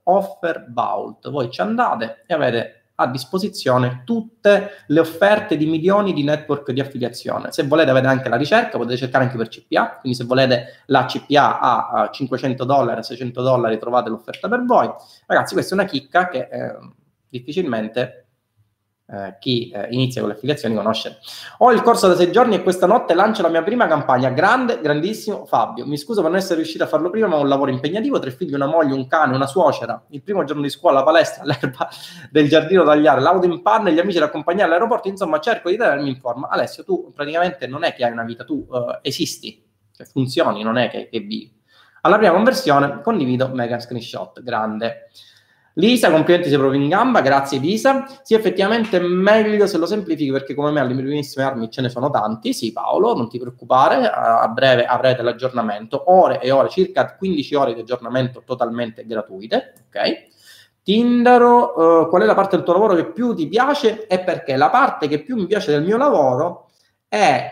Voi ci andate e avete a disposizione tutte le offerte di milioni di network di affiliazione. Se volete avete anche la ricerca, potete cercare anche per CPA, quindi se volete la CPA a $500, $600 trovate l'offerta per voi. Ragazzi, questa è una chicca che difficilmente chi inizia con le affiliazioni conosce. Ho il corso da 6 giorni e questa notte lancio la mia prima campagna. Grandissimo Fabio, mi scuso per non essere riuscito a farlo prima, ma ho un lavoro impegnativo, 3 figli, una moglie, un cane, una suocera, il primo giorno di scuola, la palestra, l'erba del giardino tagliare, l'auto in panne, gli amici da accompagnare all'aeroporto, insomma cerco di tenermi in forma. Alessio, tu praticamente non è che hai una vita, tu esisti, cioè funzioni, non è che vivi. Alla prima conversione condivido mega screenshot, grande. Lisa, complimenti, sei proprio in gamba, grazie Lisa. Sì, effettivamente è meglio se lo semplifichi, perché come me alle primissime armi ce ne sono tanti. Sì Paolo, non ti preoccupare, a breve avrete l'aggiornamento, ore e ore, circa 15 ore di aggiornamento totalmente gratuite, ok? Tindaro, qual è la parte del tuo lavoro che più ti piace e perché? La parte che più mi piace del mio lavoro è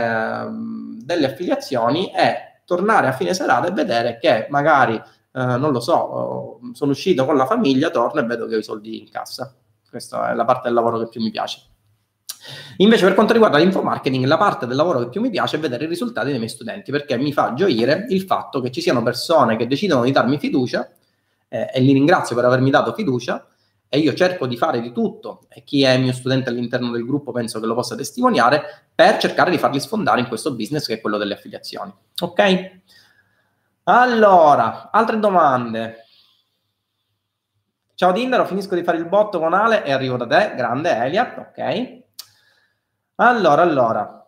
delle affiliazioni, è tornare a fine serata e vedere che magari non lo so, sono uscito con la famiglia, torno e vedo che ho i soldi in cassa. Questa è la parte del lavoro che più mi piace. Invece per quanto riguarda l'infomarketing, la parte del lavoro che più mi piace è vedere i risultati dei miei studenti, perché mi fa gioire il fatto che ci siano persone che decidono di darmi fiducia e li ringrazio per avermi dato fiducia e io cerco di fare di tutto, e chi è mio studente all'interno del gruppo penso che lo possa testimoniare, per cercare di farli sfondare in questo business che è quello delle affiliazioni. Ok? Allora, altre domande. Ciao Tindaro, finisco di fare il botto con Ale e arrivo da te. Grande Elia, ok. Allora.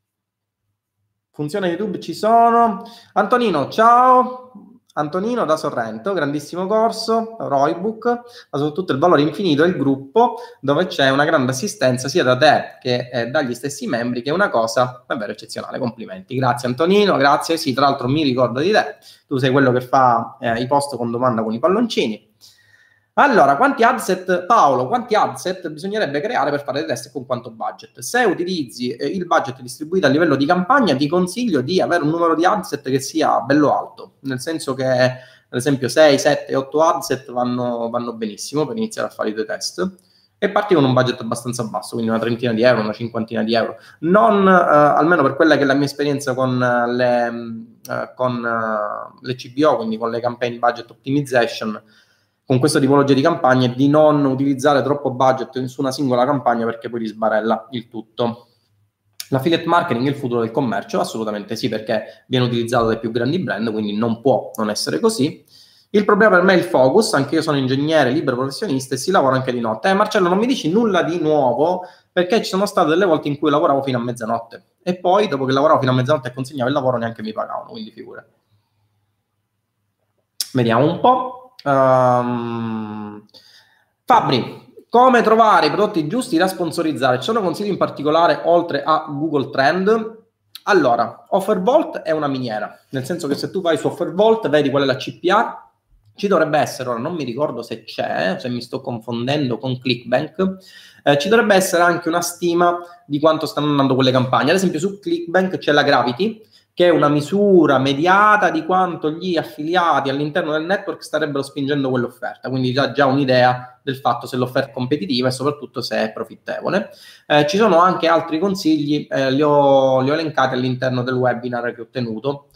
Funzione YouTube ci sono. Antonino, ciao. Antonino da Sorrento, grandissimo corso, Roybook, ma soprattutto il valore infinito è il gruppo, dove c'è una grande assistenza sia da te che dagli stessi membri, che è una cosa davvero eccezionale. Complimenti. Grazie Antonino, grazie. Sì, tra l'altro mi ricordo di te, tu sei quello che fa i post con domanda con i palloncini. Allora, quanti adset, Paolo, quanti adset bisognerebbe creare per fare dei test e con quanto budget? Se utilizzi il budget distribuito a livello di campagna, ti consiglio di avere un numero di adset che sia bello alto, nel senso che, ad esempio, 6, 7, 8 adset vanno benissimo per iniziare a fare i tuoi test, e parti con un budget abbastanza basso, quindi una trentina di euro, una cinquantina di euro. Non, almeno per quella che è la mia esperienza con le CBO, quindi con le campaign budget optimization, con questa tipologia di campagne, di non utilizzare troppo budget su una singola campagna, perché poi ti sbarella il tutto. L'affiliate marketing è il futuro del commercio? Assolutamente sì, perché viene utilizzato dai più grandi brand, quindi non può non essere così. Il problema per me è il focus, anche io sono ingegnere, libero professionista e si lavora anche di notte. Marcello, non mi dici nulla di nuovo, perché ci sono state delle volte in cui lavoravo fino a mezzanotte e poi dopo che lavoravo fino a mezzanotte e consegnavo il lavoro neanche mi pagavano, quindi figura. Vediamo un po'. Fabri, come trovare i prodotti giusti da sponsorizzare? Ci sono consigli in particolare oltre a Google Trend? Allora, Offervault è una miniera, nel senso che se tu vai su Offervault, vedi qual è la CPA, ci dovrebbe essere, ora non mi ricordo se c'è, se mi sto confondendo con ClickBank, ci dovrebbe essere anche una stima di quanto stanno andando quelle campagne. Ad esempio su ClickBank c'è la Gravity, che è una misura mediata di quanto gli affiliati all'interno del network starebbero spingendo quell'offerta, quindi già un'idea del fatto se l'offerta è competitiva e soprattutto se è profittevole. Ci sono anche altri consigli, li ho elencati all'interno del webinar che ho tenuto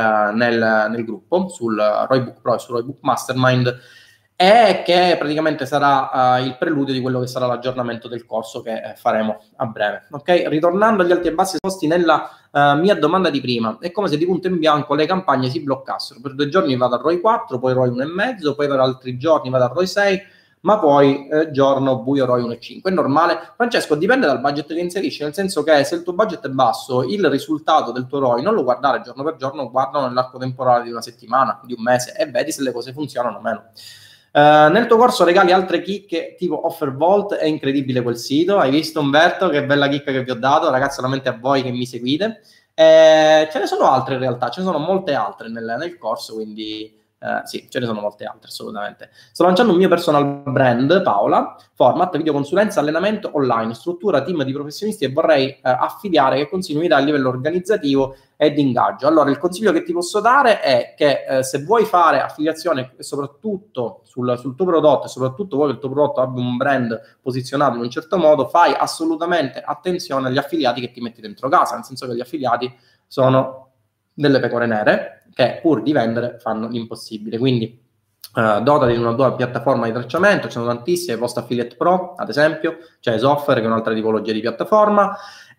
nel gruppo sul Roybook Pro e sul Roybook Mastermind, e che praticamente sarà il preludio di quello che sarà l'aggiornamento del corso che faremo a breve. Ok, ritornando agli alti e bassi posti nella mia domanda di prima, è come se di punto in bianco le campagne si bloccassero. Per 2 giorni vado a ROI 4, poi ROI 1,5, poi per altri giorni vado a ROI 6, ma poi giorno buio ROI 1,5. È normale? Francesco, dipende dal budget che inserisci, nel senso che se il tuo budget è basso, il risultato del tuo ROI non lo guardare giorno per giorno, guardalo nell'arco temporale di una settimana, di un mese, e vedi se le cose funzionano o meno. Nel tuo corso regali altre chicche tipo Offervault, è incredibile quel sito, hai visto Umberto che bella chicca che vi ho dato, ragazzi, solamente a voi che mi seguite. Ce ne sono altre in realtà, ce ne sono molte altre nel corso, quindi sì, ce ne sono molte altre assolutamente. Sto lanciando un mio personal brand, Paola, format, videoconsulenza, allenamento online, struttura, team di professionisti, e vorrei affiliare che continuità a livello organizzativo e di ingaggio. Allora, il consiglio che ti posso dare è che se vuoi fare affiliazione soprattutto sul tuo prodotto, e soprattutto vuoi che il tuo prodotto abbia un brand posizionato in un certo modo, fai assolutamente attenzione agli affiliati che ti metti dentro casa, nel senso che gli affiliati sono delle pecore nere che pur di vendere fanno l'impossibile. Quindi dotati di una tua piattaforma di tracciamento, ci sono tantissime, Post Affiliate Pro ad esempio, c'è Software che è un'altra tipologia di piattaforma,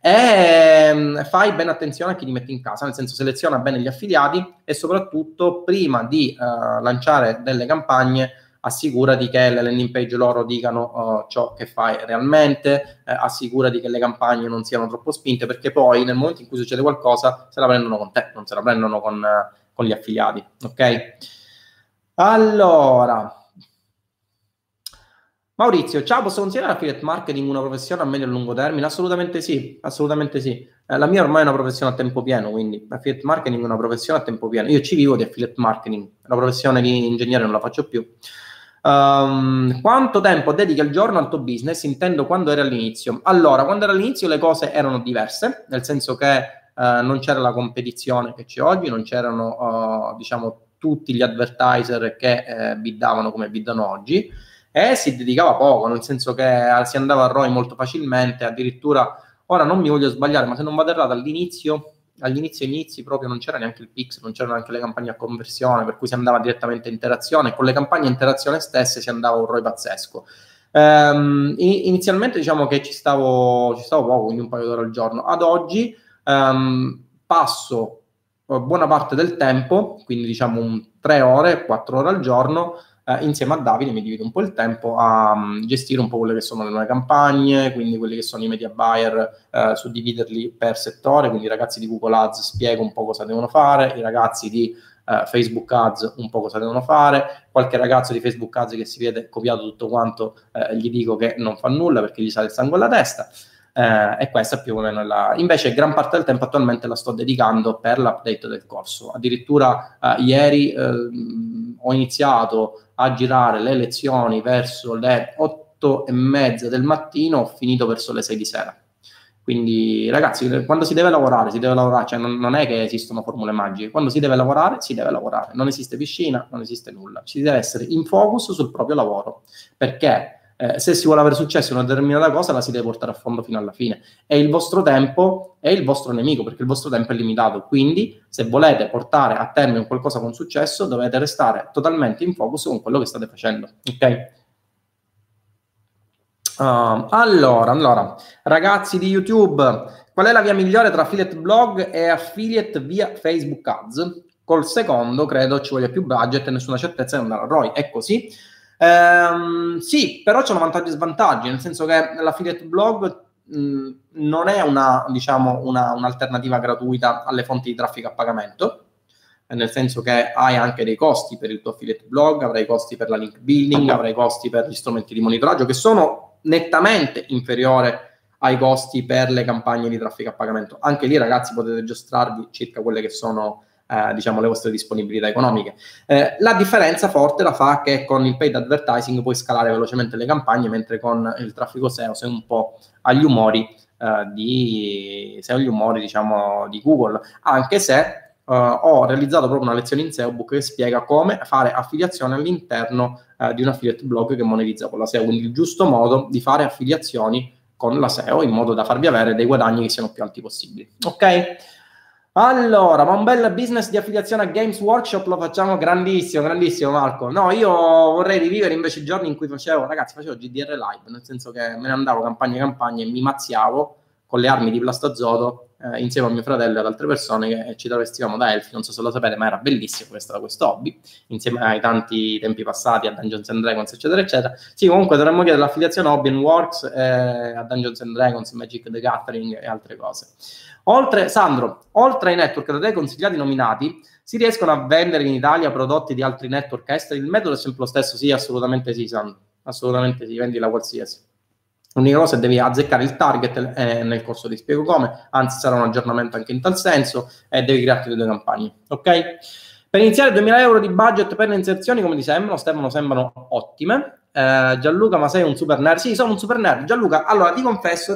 e fai bene attenzione a chi ti metti in casa, nel senso seleziona bene gli affiliati e soprattutto prima di lanciare delle campagne assicurati che le landing page loro dicano ciò che fai realmente, assicurati che le campagne non siano troppo spinte, perché poi nel momento in cui succede qualcosa se la prendono con te, non se la prendono con gli affiliati, ok? Allora, Maurizio, ciao, posso considerare affiliate marketing una professione a medio e lungo termine? Assolutamente sì, assolutamente sì. La mia ormai è una professione a tempo pieno, quindi affiliate marketing è una professione a tempo pieno. Io ci vivo di affiliate marketing, la professione di ingegnere non la faccio più. Quanto tempo dedichi al giorno al tuo business? Intendo quando eri all'inizio. Allora, quando ero all'inizio le cose erano diverse, nel senso che non c'era la competizione che c'è oggi, non c'erano, diciamo, tutti gli advertiser che biddavano come biddano oggi, e si dedicava poco, nel senso che si andava a ROI molto facilmente, addirittura, ora non mi voglio sbagliare, ma se non vado errato, inizi proprio non c'era neanche il Pix, non c'erano neanche le campagne a conversione, per cui si andava direttamente a interazione, con le campagne a interazione stesse si andava a un ROI pazzesco. Inizialmente diciamo che ci stavo poco, quindi un paio d'ore al giorno. Ad oggi passo buona parte del tempo, quindi diciamo 3 ore, 4 ore al giorno, insieme a Davide mi divido un po' il tempo a gestire un po' quelle che sono le nuove campagne, quindi quelli che sono i media buyer, suddividerli per settore, quindi i ragazzi di Google Ads spiego un po' cosa devono fare, i ragazzi di Facebook Ads un po' cosa devono fare, qualche ragazzo di Facebook Ads che si vede copiato tutto quanto, gli dico che non fa nulla perché gli sale il sangue alla testa. E questa più o meno invece gran parte del tempo attualmente la sto dedicando per l'update del corso. Addirittura ieri ho iniziato a girare le lezioni verso le 8:30 del mattino, ho finito verso le 6 di sera. Quindi ragazzi, quando si deve lavorare, cioè non è che esistono formule magiche, quando si deve lavorare, non esiste piscina, non esiste nulla, ci deve essere in focus sul proprio lavoro, perché se si vuole avere successo in una determinata cosa la si deve portare a fondo fino alla fine, e il vostro tempo è il vostro nemico, perché il vostro tempo è limitato, quindi se volete portare a termine un qualcosa con successo dovete restare totalmente in focus con quello che state facendo, ok? Allora, ragazzi di YouTube, qual è la via migliore tra affiliate blog e affiliate via Facebook Ads? Col secondo credo ci voglia più budget e nessuna certezza di andare a ROI, è così? Sì, però c'è vantaggi e svantaggi, nel senso che l'affiliate blog non è un'alternativa gratuita alle fonti di traffico a pagamento, nel senso che hai anche dei costi per il tuo affiliate blog, avrai costi per la link building, avrai costi per gli strumenti di monitoraggio che sono nettamente inferiore ai costi per le campagne di traffico a pagamento. Anche lì, ragazzi, potete giostrarvi circa quelle che sono le vostre disponibilità economiche. La differenza forte la fa che con il paid advertising puoi scalare velocemente le campagne, mentre con il traffico SEO sei un po' agli umori di Google, anche se ho realizzato proprio una lezione in SEObook che spiega come fare affiliazione all'interno di un affiliate blog che monetizza con la SEO, quindi il giusto modo di fare affiliazioni con la SEO in modo da farvi avere dei guadagni che siano più alti possibili. Ok? Allora, ma un bel business di affiliazione a Games Workshop lo facciamo grandissimo, grandissimo Marco. No, io vorrei rivivere invece i giorni in cui facevo GDR live, nel senso che me ne andavo campagna a campagna e mi mazziavo con le armi di Plastazoto insieme a mio fratello e ad altre persone che ci travestivamo da elfi, non so se lo sapete, ma era bellissimo questo hobby, insieme ai tanti tempi passati a Dungeons and Dragons, eccetera, eccetera. Sì, comunque dovremmo chiedere l'affiliazione a Hobby and Works, a Dungeons and Dragons, Magic the Gathering e altre cose. Sandro, oltre ai network da te consigliati nominati, si riescono a vendere in Italia prodotti di altri network esteri? Il metodo è sempre lo stesso? Sì, assolutamente sì, Sandro, assolutamente sì, vendila qualsiasi. L'unica cosa è che devi azzeccare il target nel corso ti spiego come, anzi sarà un aggiornamento anche in tal senso, e devi crearti le tue campagne, ok? Per iniziare 2.000 euro di budget per le inserzioni, come ti sembrano? Stefano, sembrano ottime. Gianluca, ma sei un super nerd? Sì, sono un super nerd. Gianluca, allora vi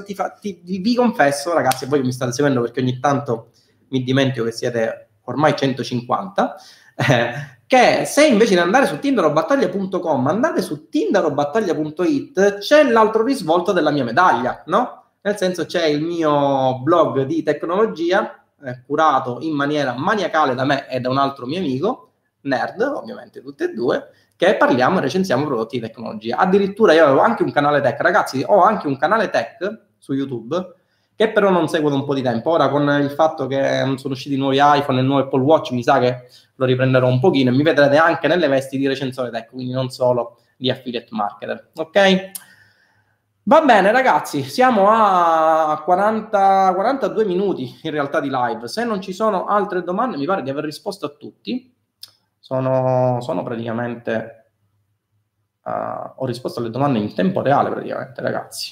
confesso, ragazzi, voi mi state seguendo perché ogni tanto mi dimentico che siete ormai 150, che se invece di andare su tindarobattaglia.com andate su tindarobattaglia.it, c'è l'altro risvolto della mia medaglia, no? Nel senso, c'è il mio blog di tecnologia curato in maniera maniacale da me e da un altro mio amico, nerd, ovviamente tutti e due, che parliamo e recensiamo prodotti di tecnologia. Addirittura io avevo anche un canale tech, ragazzi, ho anche un canale tech su YouTube, che però non seguo da un po' di tempo. Ora con il fatto che sono usciti i nuovi iPhone e il nuovo Apple Watch, mi sa che lo riprenderò un pochino e mi vedrete anche nelle vesti di recensore tech, quindi non solo di affiliate marketer, ok? Va bene ragazzi, siamo a 42 minuti in realtà di live. Se non ci sono altre domande, mi pare di aver risposto a tutti. Sono praticamente ho risposto alle domande in tempo reale praticamente, ragazzi.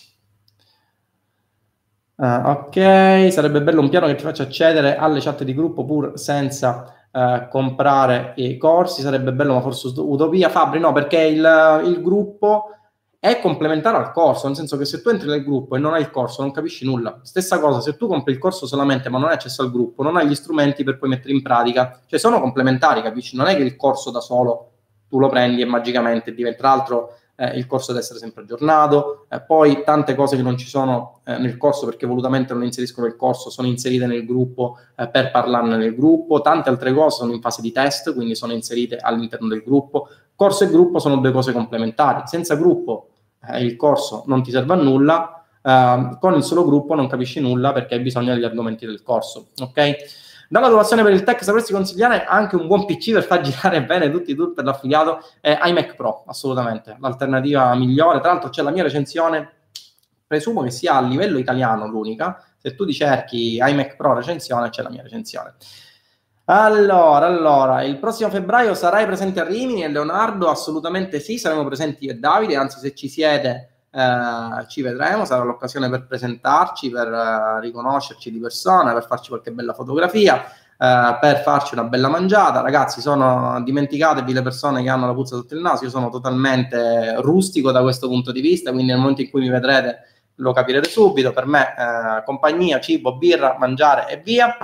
Ok, sarebbe bello un piano che ti faccia accedere alle chat di gruppo pur senza comprare i corsi, sarebbe bello, ma forse utopia. Fabri, no, perché il gruppo è complementare al corso, nel senso che se tu entri nel gruppo e non hai il corso non capisci nulla. Stessa cosa, se tu compri il corso solamente ma non hai accesso al gruppo, non hai gli strumenti per poi mettere in pratica, cioè sono complementari, capisci? Non è che il corso da solo tu lo prendi e magicamente diventa. Tra l'altro il corso deve essere sempre aggiornato, poi tante cose che non ci sono nel corso perché volutamente non inseriscono il corso sono inserite nel gruppo per parlarne nel gruppo, tante altre cose sono in fase di test, quindi sono inserite all'interno del gruppo. Corso e gruppo sono due cose complementari, senza gruppo il corso non ti serve a nulla, con il solo gruppo non capisci nulla perché hai bisogno degli argomenti del corso, ok? Dalla donazione per il tech sapresti consigliare anche un buon PC per far girare bene tutti i tool per l'affiliato? iMac Pro, assolutamente, l'alternativa migliore. Tra l'altro c'è la mia recensione, presumo che sia a livello italiano l'unica, se tu ti cerchi iMac Pro recensione c'è la mia recensione. Allora, il prossimo febbraio sarai presente a Rimini e Leonardo? Assolutamente sì, saremo presenti io e Davide, anzi se ci siete ci vedremo, sarà l'occasione per presentarci, per riconoscerci di persona, per farci qualche bella fotografia. per farci una bella mangiata. Ragazzi, dimenticatevi le persone che hanno la puzza sotto il naso, io sono totalmente rustico da questo punto di vista, quindi nel momento in cui mi vedrete lo capirete subito. Per me compagnia, cibo, birra, mangiare e via.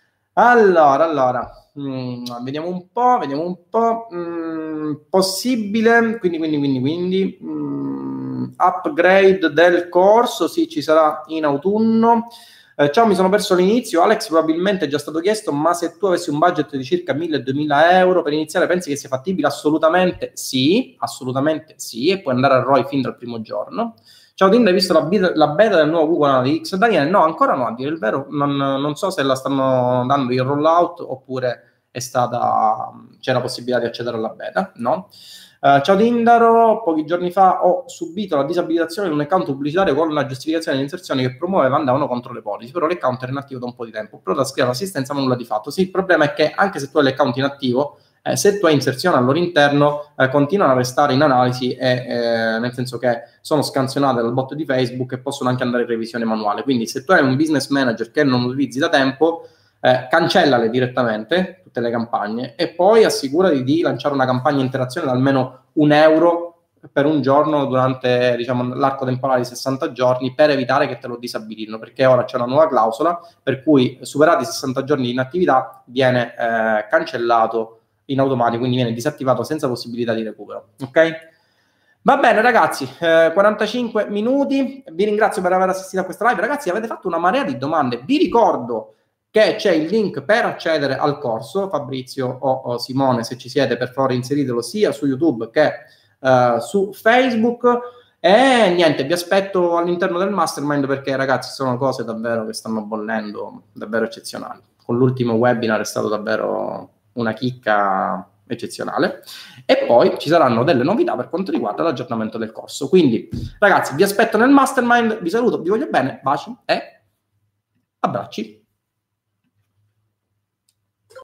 Allora, vediamo un po', possibile, quindi upgrade del corso, sì, ci sarà in autunno. Ciao, mi sono perso l'inizio. Alex, probabilmente è già stato chiesto, ma se tu avessi un budget di circa 1.000-2.000 euro per iniziare, pensi che sia fattibile? Assolutamente sì, e puoi andare a ROI fin dal primo giorno. Ciao Tinda, hai visto la beta del nuovo Google Analytics? Daniele, no, ancora no, a dire il vero, non so se la stanno dando in rollout oppure c'è la possibilità di accedere alla beta, no? Ciao Tindaro, pochi giorni fa ho subito la disabilitazione di un account pubblicitario con la giustificazione di inserzione che promuoveva andavano contro le policy, però l'account era inattivo da un po' di tempo, però da scrivere l'assistenza ma nulla di fatto. Sì, il problema è che anche se tu hai l'account inattivo, se tu hai inserzione al loro interno, continuano a restare in analisi, nel senso che sono scansionate dal bot di Facebook e possono anche andare in revisione manuale. Quindi se tu hai un business manager che non utilizzi da tempo, cancellale direttamente tutte le campagne e poi assicurati di lanciare una campagna interazione da almeno €1 per un giorno durante, diciamo, l'arco temporale di 60 giorni per evitare che te lo disabilino, perché ora c'è una nuova clausola per cui superati i 60 giorni di inattività viene cancellato in automatico, quindi viene disattivato senza possibilità di recupero. Ok? Va bene ragazzi, 45 minuti, vi ringrazio per aver assistito a questa live. Ragazzi, avete fatto una marea di domande, vi ricordo che c'è il link per accedere al corso. Fabrizio o Simone, se ci siete, per favore inseritelo sia su YouTube che su Facebook. E niente, vi aspetto all'interno del mastermind, perché ragazzi sono cose davvero che stanno bollendo, davvero eccezionali. Con l'ultimo webinar è stato davvero una chicca eccezionale, e poi ci saranno delle novità per quanto riguarda l'aggiornamento del corso. Quindi ragazzi, vi aspetto nel mastermind, vi saluto, vi voglio bene, baci e abbracci.